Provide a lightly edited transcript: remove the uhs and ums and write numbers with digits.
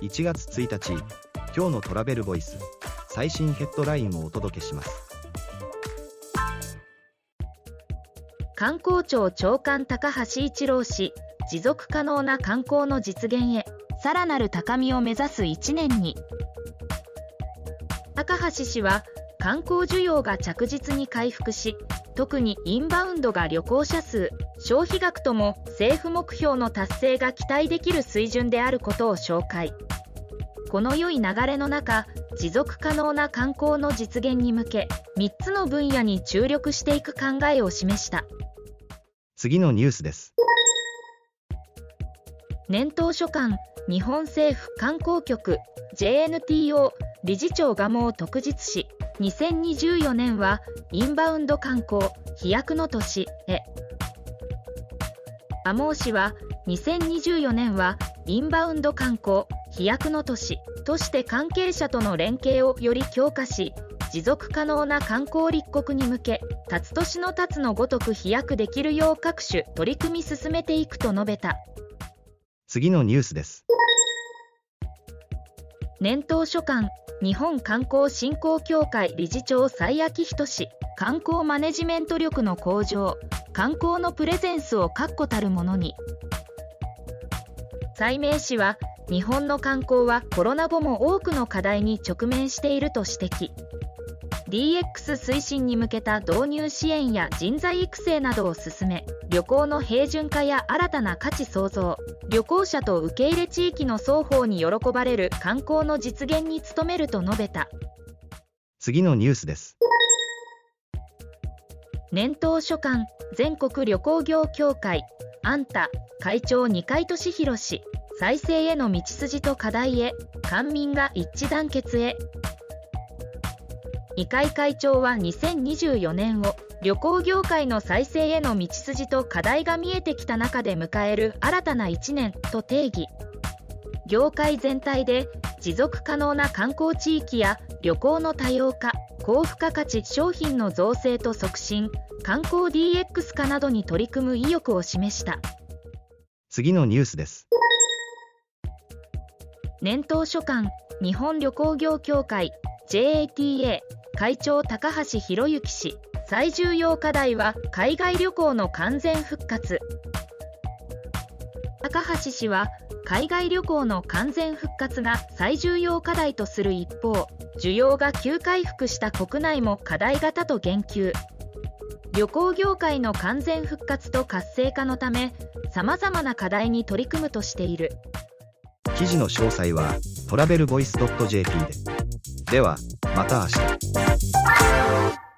1月1日、今日のトラベルボイス、最新ヘッドラインをお届けします。 観光庁長官高橋一郎氏、持続可能な観光の実現へ、さらなる高みを目指す1年に。高橋氏は、観光需要が着実に回復し、特にインバウンドが旅行者数、消費額とも政府目標の達成が期待できる水準であることを紹介。この良い流れの中、持続可能な観光の実現に向け、3つの分野に注力していく考えを示した。 次のニュースです。 年頭所管、日本政府観光局 JNTO 理事長蒲生徳実氏、2024年はインバウンド観光飛躍の年へ。蒲生氏は2024年はインバウンド観光飛躍の年として関係者との連携をより強化し、持続可能な観光立国に向け、辰年の辰のごとく飛躍できるよう各種取り組み進めていくと述べた。 次のニュースです。 年頭所管、日本観光振興協会理事長斉明仁氏、観光マネジメント力の向上、観光のプレゼンスを確固たるものに。斉明氏は、日本の観光はコロナ後も多くの課題に直面していると指摘。DX 推進に向けた導入支援や人材育成などを進め、旅行の平準化や新たな価値創造、旅行者と受け入れ地域の双方に喜ばれる観光の実現に努めると述べた。 次のニュースです。 年頭所管、全国旅行業協会あんた会長二階俊博氏、再生への道筋と課題へ、官民が一致団結へ。二階会長は2024年を旅行業界の再生への道筋と課題が見えてきた中で迎える新たな1年と定義。業界全体で持続可能な観光地域や旅行の多様化、高付加価値商品の造成と促進、観光 DX 化などに取り組む意欲を示した。 次のニュースです。 年頭所管、日本旅行業協会 JATA 会長高橋博之氏、最重要課題は海外旅行の完全復活。高橋氏は、海外旅行の完全復活が最重要課題とする一方、需要が急回復した国内も課題型と言及。旅行業界の完全復活と活性化のため、さまざまな課題に取り組むとしている。 記事の詳細はトラベルボイス .jp で。では、また明日。